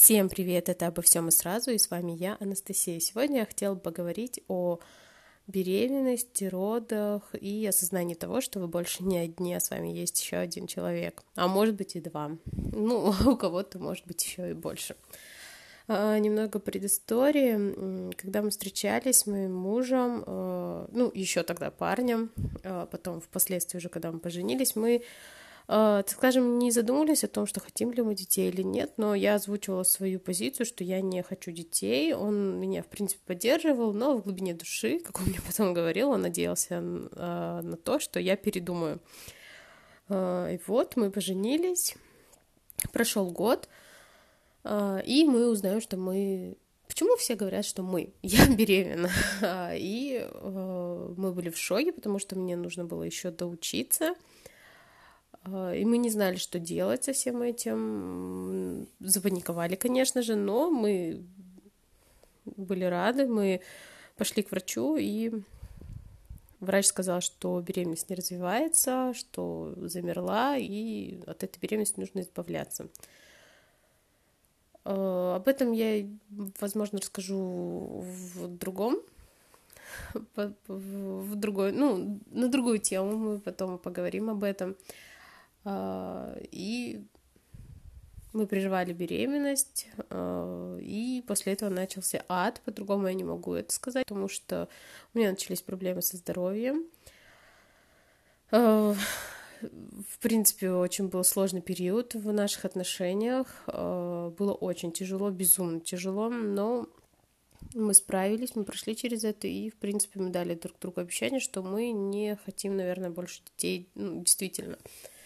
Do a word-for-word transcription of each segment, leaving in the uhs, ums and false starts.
Всем привет, это «Обо всем и сразу», и с вами я, Анастасия. Сегодня я хотела бы поговорить о беременности, родах и осознании того, что вы больше не одни, а с вами есть еще один человек, а может быть и два, ну, у кого-то может быть еще и больше. А, немного предыстории. Когда мы встречались с моим мужем, ну, еще тогда парнем, потом впоследствии уже, когда мы поженились, мы так скажем, не задумывались о том, что хотим ли мы детей или нет, но я озвучивала свою позицию, что я не хочу детей. Он меня, в принципе, поддерживал, но в глубине души, как он мне потом говорил, он надеялся на то, что я передумаю. И вот мы поженились, прошел год, и мы узнаем, что мы... Почему все говорят, что мы? Я беременна. И мы были в шоке, потому что мне нужно было еще доучиться. И мы не знали, что делать со всем этим. Запаниковали, конечно же, но мы были рады. Мы пошли к врачу, и врач сказал, что беременность не развивается, что замерла, и от этой беременности нужно избавляться. Об этом я, возможно, расскажу в другом, в другой, ну, на другую тему, мы потом поговорим об этом. И мы переживали беременность, и после этого начался ад, по-другому я не могу это сказать, потому что у меня начались проблемы со здоровьем. В принципе, очень был сложный период в наших отношениях, было очень тяжело, безумно тяжело, но мы справились, мы прошли через это, и, в принципе, мы дали друг другу обещание, что мы не хотим, наверное, больше детей, ну, действительно.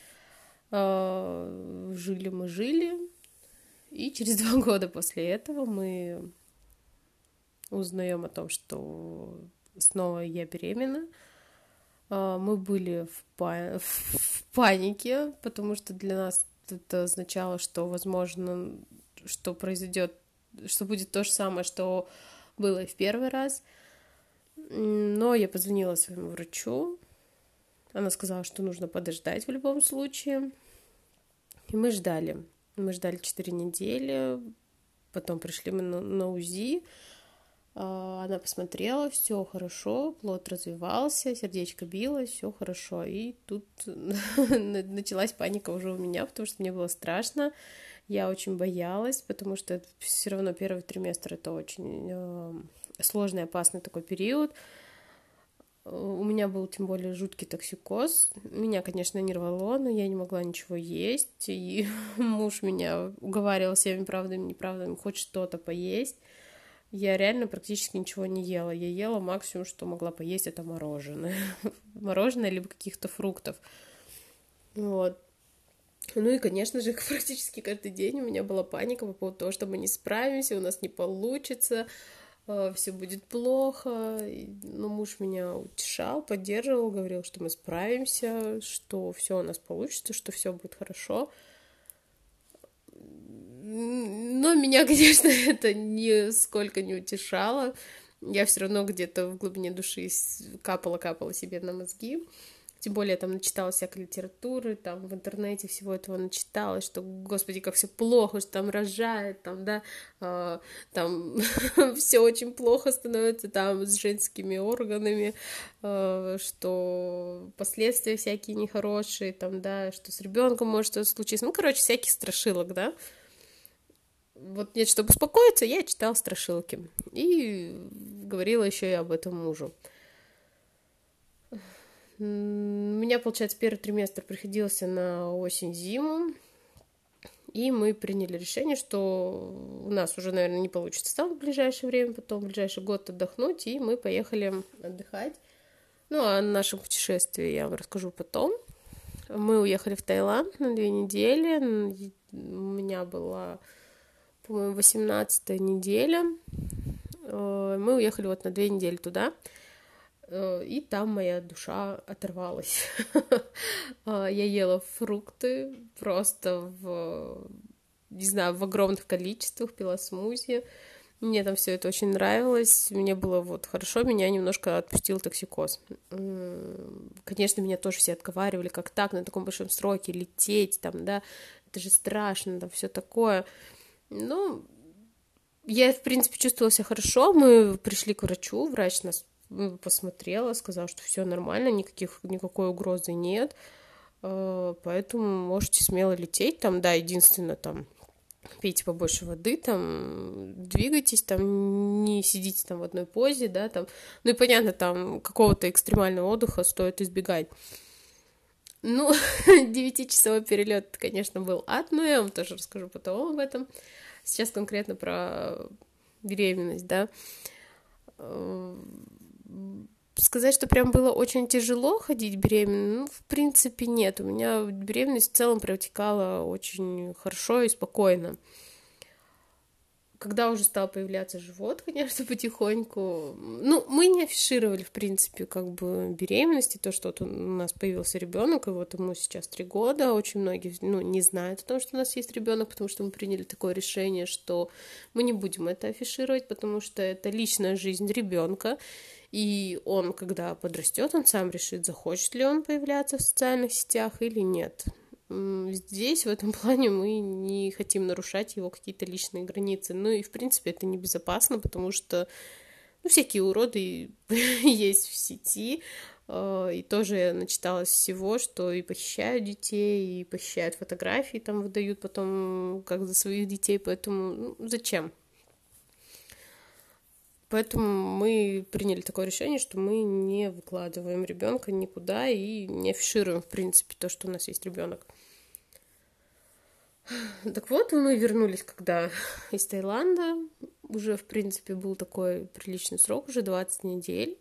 Жили мы, жили, и через два года после этого мы узнаем о том, что снова я беременна. Мы были в, па... в панике, потому что для нас это означало, что, возможно, что произойдет, что будет то же самое, что было и в первый раз. Но я позвонила своему врачу. Она сказала, что нужно подождать в любом случае. И мы ждали. Мы ждали четыре недели. Потом пришли мы на, на УЗИ. Она посмотрела, все хорошо, плод развивался, сердечко билось, все хорошо. И тут началась паника уже у меня, потому что мне было страшно. Я очень боялась, потому что все равно первый триместр — это очень сложный, опасный такой период. У меня был, тем более, жуткий токсикоз. Меня, конечно, не рвало, но я не могла ничего есть. И муж меня уговаривал всеми правдами и неправдами хоть что-то поесть. Я реально практически ничего не ела. Я ела максимум, что могла поесть, это мороженое. Мороженое, либо каких-то фруктов. Вот. Ну и, конечно же, практически каждый день у меня была паника по поводу того, что мы не справимся, у нас не получится, все будет плохо. Но муж меня утешал, поддерживал, говорил, что мы справимся, что все у нас получится, что все будет хорошо. Но меня, конечно, это нисколько не утешало. Я все равно где-то в глубине души капала-капала себе на мозги. Тем более я там начиталась всякой литературы, там в интернете всего этого начиталась, что, господи, как все плохо, что там рожает, там, да, э, там все очень плохо становится там с женскими органами, э, что последствия всякие нехорошие, там, да, что с ребенком может что-то случиться. Ну, короче, всяких страшилок, да. Вот нет, чтобы успокоиться, я читала страшилки и говорила еще и об этом мужу. У меня, получается, первый триместр приходился на осень-зиму, и мы приняли решение, что у нас уже, наверное, не получится там в ближайшее время, потом в ближайший год отдохнуть, и мы поехали отдыхать. Ну, а о нашем путешествии я вам расскажу потом. Мы уехали в Таиланд на две недели, у меня была, по-моему, восемнадцатая неделя, мы уехали вот на две недели туда. И там моя душа оторвалась. Я ела фрукты просто в, не знаю, в огромных количествах, пила смузи. Мне там все это очень нравилось. Мне было вот хорошо, меня немножко отпустил токсикоз. Конечно, меня тоже все отговаривали, как так, на таком большом сроке лететь, там, да, это же страшно, там, все такое. Ну, я, в принципе, чувствовала себя хорошо. Мы пришли к врачу, врач нас посмотрела, сказала, что все нормально, никаких, никакой угрозы нет, поэтому можете смело лететь. Там, да, единственное, там, пейте побольше воды, там, двигайтесь, там, не сидите там в одной позе, да, там, ну и понятно, там, какого-то экстремального отдыха стоит избегать. Ну, девятичасовой перелет, конечно, был ад, но я вам тоже расскажу потом об этом. Сейчас конкретно про беременность, да. Сказать, что прям было очень тяжело ходить беременной, ну, в принципе, нет. У меня беременность в целом протекала очень хорошо и спокойно. Когда уже стал появляться живот, конечно, потихоньку, ну, мы не афишировали, в принципе, как бы беременность и то, что вот у нас появился ребенок, и вот ему сейчас три года. Очень многие, ну, не знают о том, что у нас есть ребенок, потому что мы приняли такое решение, что мы не будем это афишировать, потому что это личная жизнь ребенка, и он, когда подрастет, он сам решит, захочет ли он появляться в социальных сетях или нет. Здесь, в этом плане, мы не хотим нарушать его какие-то личные границы. Ну и, в принципе, это небезопасно, потому что, ну, всякие уроды есть в сети. И тоже я начиталась всего, что и похищают детей, и похищают фотографии, там выдают потом как за своих детей. Поэтому ну, зачем? Поэтому мы приняли такое решение, что мы не выкладываем ребенка никуда и не афишируем, в принципе, то, что у нас есть ребенок. Так вот, мы вернулись, когда из Таиланда. Уже, в принципе, был такой приличный срок, уже двадцать недель.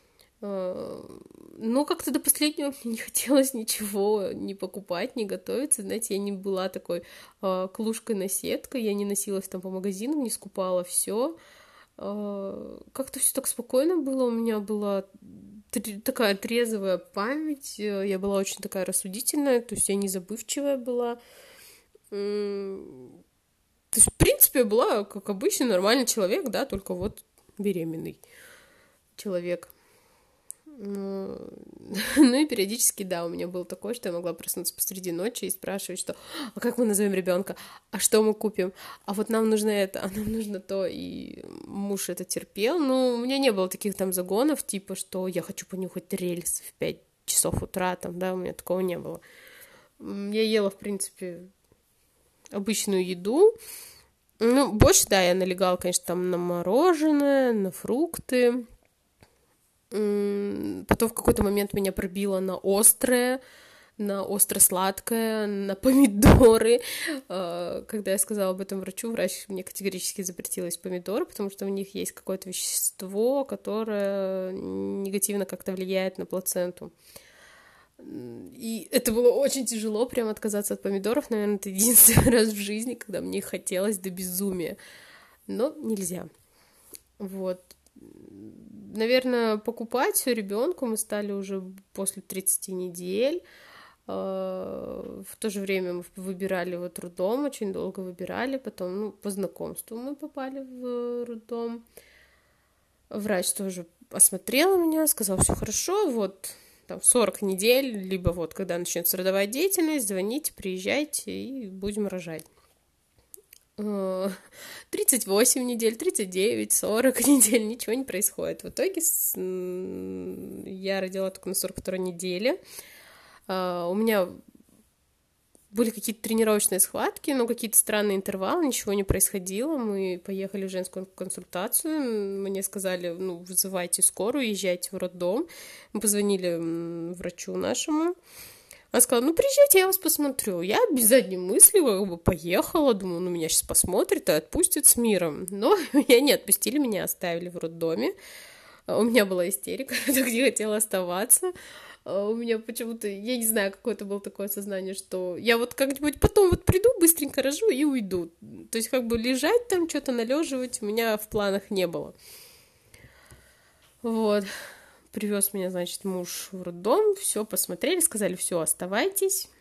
Но как-то до последнего мне не хотелось ничего не покупать, не готовиться. Знаете, я не была такой клушкой-наседкой, я не носилась там по магазинам, не скупала все. Как-то все так спокойно было, у меня была такая трезвая память, я была очень такая рассудительная, то есть я не забывчивая была. То есть, в принципе, я была, как обычный, нормальный человек, да, только вот беременный человек. Ну, и периодически, да, у меня было такое, что я могла проснуться посреди ночи и спрашивать, что, а как мы назовем ребенка, а что мы купим, а вот нам нужно это, а нам нужно то, и муж это терпел, но у меня не было таких там загонов, типа, что я хочу понюхать рельс в пять часов утра, там, да, у меня такого не было. Я ела, в принципе, обычную еду, ну, больше, да, я налегала, конечно, там на мороженое, на фрукты. Потом в какой-то момент меня пробило на острое, на остро-сладкое, на помидоры. Когда я сказала об этом врачу, врач мне категорически запретил есть помидоры, потому что в них есть какое-то вещество, которое негативно как-то влияет на плаценту. И это было очень тяжело, прям отказаться от помидоров. Наверное, это единственный раз в жизни, когда мне их хотелось до безумия. Но нельзя. Вот. Наверное, покупать ребенку мы стали уже после тридцати недель. В то же время мы выбирали вот роддом, очень долго выбирали. Потом, ну, по знакомству мы попали в роддом. Врач тоже осмотрел меня, сказал, все хорошо, вот там сорок недель, либо вот когда начнется родовая деятельность, звоните, приезжайте и будем рожать. тридцать восемь недель, тридцать девять, сорок недель, ничего не происходит. В итоге я родила только на сорок второй неделе. У меня были какие-то тренировочные схватки, но какие-то странные интервалы, ничего не происходило. Мы поехали в женскую консультацию, мне сказали, ну, вызывайте скорую, езжайте в роддом. Мы позвонили врачу нашему. Она сказала, ну, приезжайте, я вас посмотрю. Я без задней мысли как бы поехала, думаю, ну, меня сейчас посмотрят и отпустят с миром. Но меня не отпустили, меня оставили в роддоме. У меня была истерика, я так не хотела оставаться. У меня почему-то, я не знаю, какое-то было такое сознание, что я вот как-нибудь потом вот приду, быстренько рожу и уйду. То есть как бы лежать там, что-то належивать у меня в планах не было. Вот. Привез меня, значит, муж в роддом, все посмотрели, сказали, все, оставайтесь.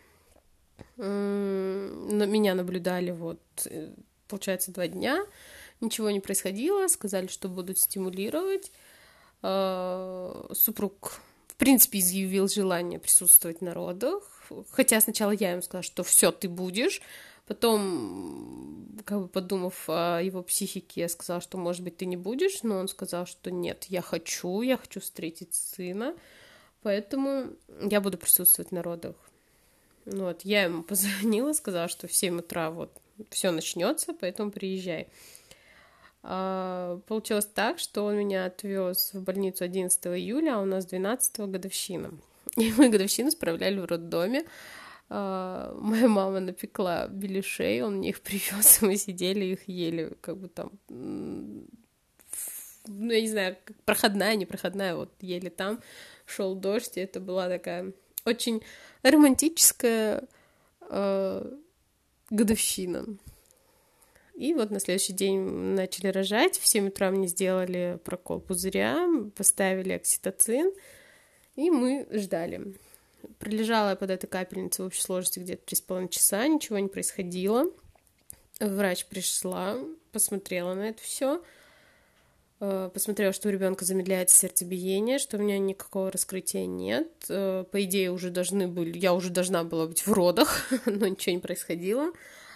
Меня наблюдали вот, получается, два дня, ничего не происходило, сказали, что будут стимулировать. Супруг принципе, изъявил желание присутствовать на родах, хотя сначала я ему сказала, что все, ты будешь, потом, как бы подумав о его психике, я сказала, что, может быть, ты не будешь, но он сказал, что нет, я хочу, я хочу встретить сына, поэтому я буду присутствовать на родах. Вот, я ему позвонила, сказала, что в семь утра вот все начнется, поэтому приезжай. А, получилось так, что он меня отвез в больницу одиннадцатого июля, а у нас двенадцатого годовщина. И мы годовщину справляли в роддоме. А, моя мама напекла беляшей, он мне их привез, и мы сидели, их ели, как бы там, ну, я не знаю, проходная, непроходная, вот ели там, шел дождь, и это была такая очень романтическая э, годовщина. И вот на следующий день начали рожать, в семь утра мне сделали прокол пузыря, поставили окситоцин, и мы ждали. Пролежала я под этой капельницей в общей сложности где-то три с половиной часа, ничего не происходило. Врач пришла, посмотрела на это все, посмотрела, что у ребенка замедляется сердцебиение, что у меня никакого раскрытия нет. По идее, уже должны были, я уже должна была быть в родах, но ничего не происходило.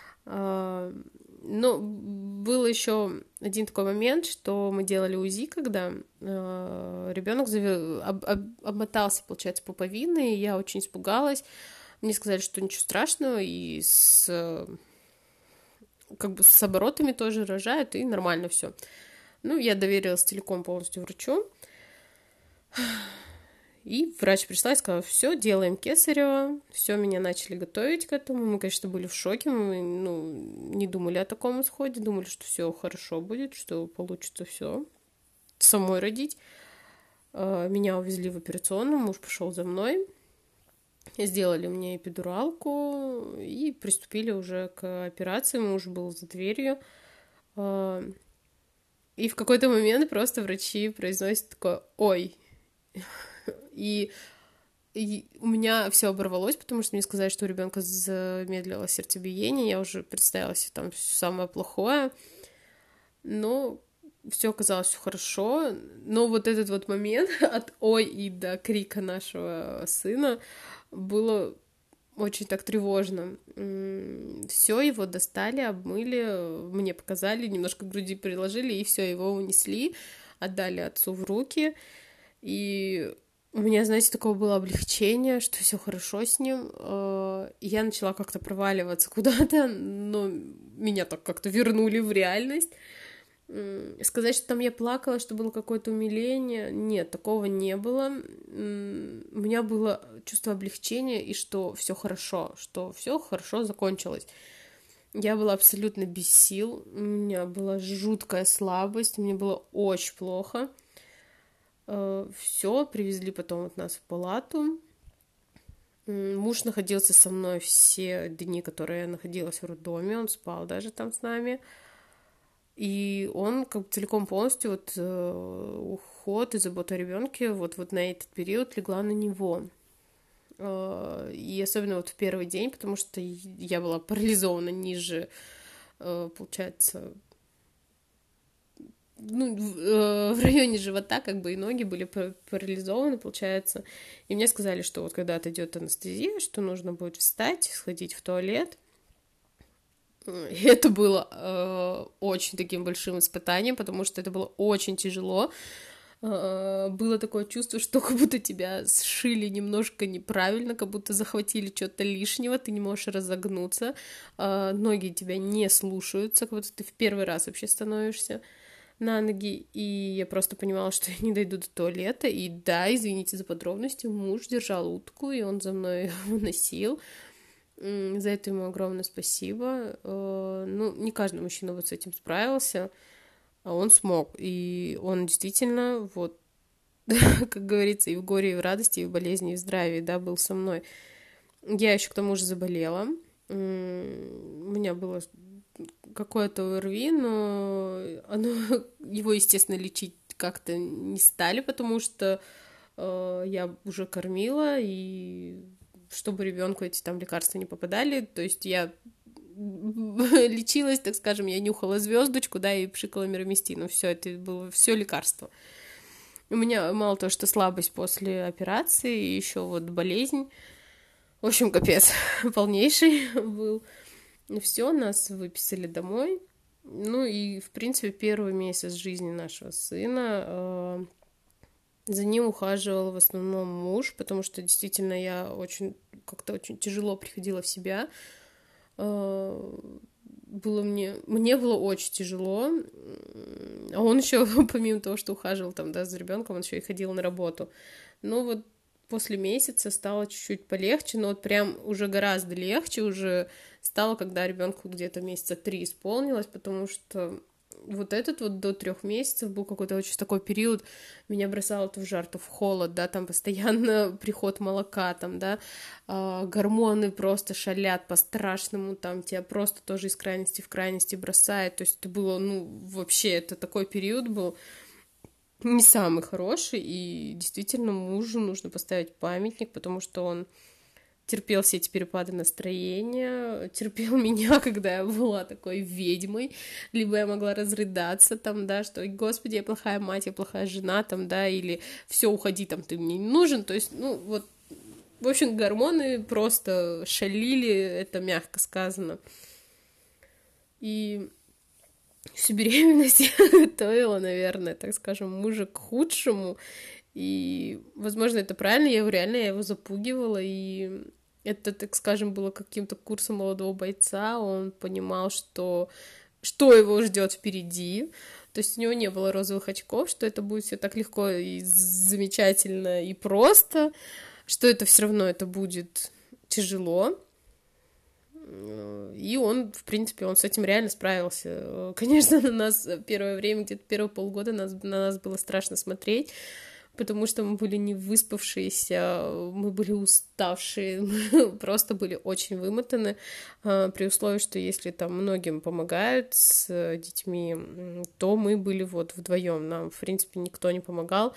Но был еще один такой момент, что мы делали УЗИ, когда э, ребенок завел, об, об, обмотался, получается, пуповиной, и я очень испугалась. Мне сказали, что ничего страшного, и с, как бы с оборотами тоже рожают, и нормально все. Ну, я доверилась целиком полностью врачу. И врач пришла и сказала, все, делаем кесарево, все, меня начали готовить к этому. Мы, конечно, были в шоке, мы ну, не думали о таком исходе, думали, что все хорошо будет, что получится все самой родить. Меня увезли в операционную, муж пошел за мной, сделали мне эпидуралку и приступили уже к операции, муж был за дверью. И в какой-то момент просто врачи произносят такое «Ой!» И, и у меня все оборвалось, потому что мне сказали, что у ребенка замедлилось сердцебиение, я уже представила себе там самое плохое, но все оказалось все хорошо, но вот этот вот момент от ой и до крика нашего сына было очень так тревожно. Все, его достали, обмыли, мне показали, немножко к груди приложили, и все, его унесли, отдали отцу в руки, и у меня, знаете, такое было облегчение, что все хорошо с ним. Я начала как-то проваливаться куда-то, но меня так как-то вернули в реальность. Сказать, что там я плакала, что было какое-то умиление, нет, такого не было. У меня было чувство облегчения и что все хорошо, что все хорошо закончилось. Я была абсолютно без сил, у меня была жуткая слабость, мне было очень плохо. Все, привезли потом от нас в палату. Муж находился со мной все дни, которые я находилась в роддоме, он спал даже там с нами. И он как бы целиком полностью вот уход и забота о ребенке вот, вот на этот период легла на него. И особенно вот в первый день, потому что я была парализована ниже, получается, ну, в районе живота, как бы и ноги были парализованы, получается. И мне сказали, что вот когда отойдет анестезия, что нужно будет встать, сходить в туалет. И это было э, очень таким большим испытанием, потому что это было очень тяжело. Э, было такое чувство, что как будто тебя сшили немножко неправильно, как будто захватили что-то лишнего, ты не можешь разогнуться, э, ноги тебя не слушаются, как будто ты в первый раз вообще становишься на ноги, и я просто понимала, что я не дойду до туалета, и да, извините за подробности, муж держал утку, и он за мной выносил, за это ему огромное спасибо, ну, не каждый мужчина вот с этим справился, а он смог, и он действительно, вот, как говорится, и в горе, и в радости, и в болезни, и в здравии, да, был со мной. Я еще к тому же заболела, у меня было какое-то ОРВИ, но оно, его, естественно, лечить как-то не стали, потому что э, я уже кормила, и чтобы ребенку эти там лекарства не попадали, то есть я лечилась, так скажем, я нюхала звездочку, да, и пшикала мироместин, все это было все лекарство. У меня мало того, что слабость после операции, еще вот болезнь. В общем, капец полнейший был. И все, нас выписали домой. Ну и, в принципе, первый месяц жизни нашего сына э, за ним ухаживал в основном муж, потому что действительно я очень как-то очень тяжело приходила в себя. Э, было мне, мне было очень тяжело, а он еще, помимо того, что ухаживал там, да, за ребенком, он еще и ходил на работу. Но вот после месяца стало чуть-чуть полегче, но вот прям уже гораздо легче уже стало, когда ребенку где-то месяца три исполнилось, потому что вот этот вот до трех месяцев был какой-то очень такой период, меня бросало то в жар, то в холод, да, там постоянно приход молока, там, да, э, гормоны просто шалят по-страшному, там тебя просто тоже из крайности в крайности бросает, то есть это было, ну, вообще, это такой период был не самый хороший, и действительно мужу нужно поставить памятник, потому что он терпел все эти перепады настроения, терпел меня, когда я была такой ведьмой, либо я могла разрыдаться там, да, что, господи, я плохая мать, я плохая жена, там, да, или все, уходи, там, ты мне не нужен, то есть, ну, вот, в общем, гормоны просто шалили, это мягко сказано. И всю беременность я готовила, наверное, так скажем, мужа к худшему, и, возможно, это правильно, я его реально, я его запугивала, и это, так скажем, было каким-то курсом молодого бойца, он понимал, что, что его ждет впереди, то есть у него не было розовых очков, что это будет все так легко и замечательно и просто, что это все равно это будет тяжело. И он, в принципе, он с этим реально справился. Конечно, на нас первое время, где-то первые полгода нас, на нас было страшно смотреть, потому что мы были не выспавшиеся, мы были уставшие, мы просто были очень вымотаны, при условии, что если там многим помогают с детьми, то мы были вот вдвоем, нам, в принципе, никто не помогал.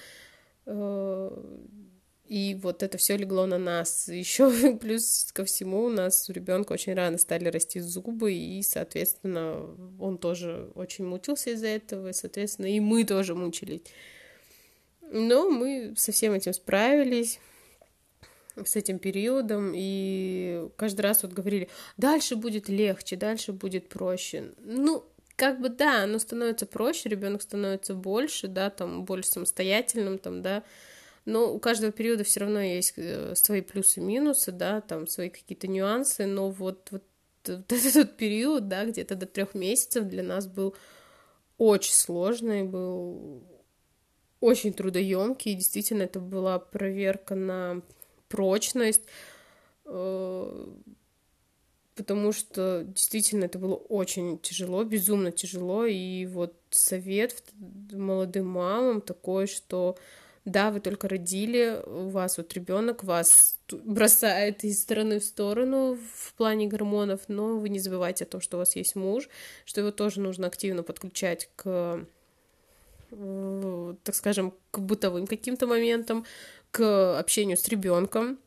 И вот это все легло на нас. Еще плюс ко всему у нас у ребенка очень рано стали расти зубы, и, соответственно, он тоже очень мучился из-за этого, и, соответственно, и мы тоже мучились. Но мы со всем этим справились, с этим периодом, и каждый раз вот говорили, дальше будет легче, дальше будет проще. Ну, как бы да, оно становится проще, ребенок становится больше, да, там, более самостоятельным, там, да, но у каждого периода все равно есть свои плюсы и минусы, да, там свои какие-то нюансы, но вот, вот, вот этот период, да, где-то до трех месяцев для нас был очень сложный, был очень трудоемкий, и действительно это была проверка на прочность, потому что действительно это было очень тяжело, безумно тяжело, и вот совет молодым мамам такой, что да, вы только родили, у вас вот ребенок вас бросает из стороны в сторону в плане гормонов, но вы не забывайте о том, что у вас есть муж, что его тоже нужно активно подключать к, так скажем, к бытовым каким-то моментам, к общению с ребенком.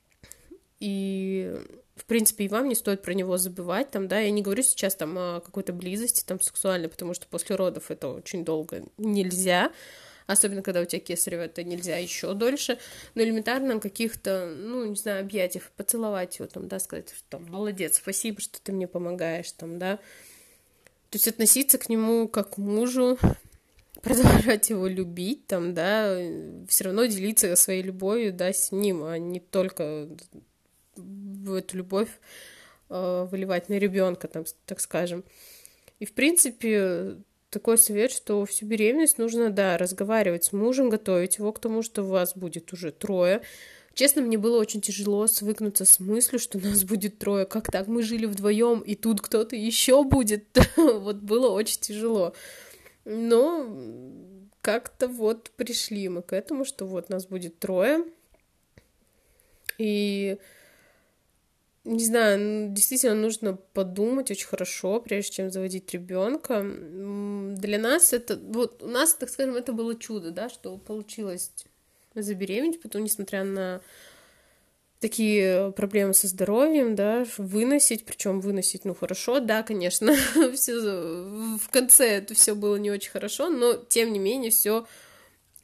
И, в принципе, и вам не стоит про него забывать, там, да, я не говорю сейчас там о какой-то близости там сексуальной, потому что после родов это очень долго нельзя, особенно когда у тебя кесарево, это нельзя еще дольше, но элементарно каких-то, ну, не знаю, объятиях, поцеловать его, там, да, сказать, что там, молодец, спасибо, что ты мне помогаешь, там, да, то есть относиться к нему как к мужу, продолжать его любить, там, да, все равно делиться своей любовью, да, с ним, а не только в эту любовь э, выливать на ребенка, там, так скажем. И, в принципе, такой совет, что всю беременность нужно, да, разговаривать с мужем, готовить его к тому, что у вас будет уже трое. Честно, мне было очень тяжело свыкнуться с мыслью, что нас будет трое. Как так? Мы жили вдвоем, и тут кто-то еще будет. Вот было очень тяжело. Но как-то вот пришли мы к этому, что вот нас будет трое. И не знаю, действительно нужно подумать очень хорошо, прежде чем заводить ребенка. Для нас это, вот у нас, так скажем, это было чудо, да, что получилось забеременеть, потом, несмотря на такие проблемы со здоровьем, да, выносить, причем выносить, ну, хорошо, да, конечно, все в конце это все было не очень хорошо, но, тем не менее, все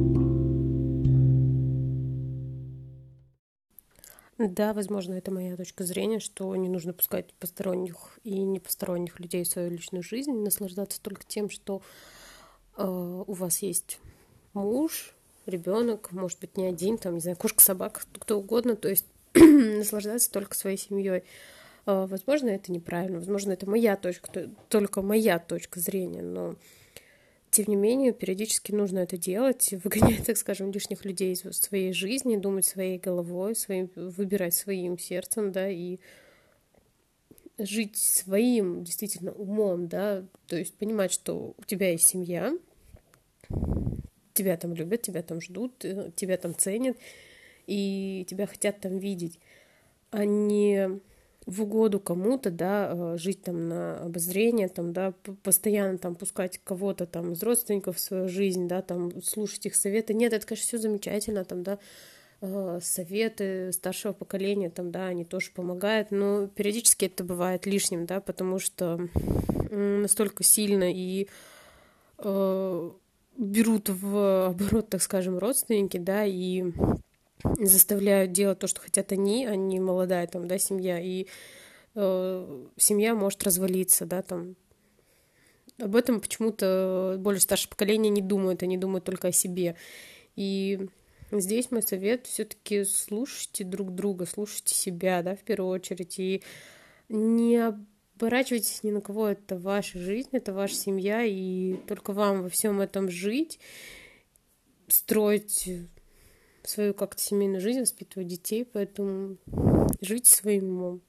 Да, возможно, это моя точка зрения, что не нужно пускать посторонних и непосторонних людей в свою личную жизнь, наслаждаться только тем, что э, у вас есть муж, ребенок, может быть, не один, там, не знаю, кошка, собака, кто угодно, то есть наслаждаться только своей семьей. Э, возможно, это неправильно, возможно, это моя точка, только моя точка зрения, но тем не менее, периодически нужно это делать, выгонять, так скажем, лишних людей из своей жизни, думать своей головой, своим, выбирать своим сердцем, да, и жить своим действительно умом, да, то есть понимать, что у тебя есть семья, тебя там любят, тебя там ждут, тебя там ценят, и тебя хотят там видеть, а не в угоду кому-то, да, жить там на обозрение, там, да, постоянно там пускать кого-то там из родственников в свою жизнь, да, там слушать их советы. Нет, это, конечно, все замечательно, там, да, советы старшего поколения, там, да, они тоже помогают, но периодически это бывает лишним, да, потому что настолько сильно и э, берут в оборот, так скажем, родственники, да, и заставляют делать то, что хотят они, а не молодая там, да, семья, и э, семья может развалиться, да, там. Об этом почему-то более старшее поколение не думает, они думают только о себе. И здесь мой совет: все-таки слушайте друг друга, слушайте себя, да, в первую очередь, и не оборачивайтесь ни на кого, это ваша жизнь, это ваша семья, и только вам во всем этом жить, строить свою как-то семейную жизнь, воспитывать детей, поэтому жить своим умом.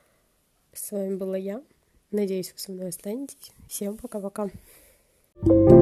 С вами была я. Надеюсь, вы со мной останетесь. Всем пока-пока.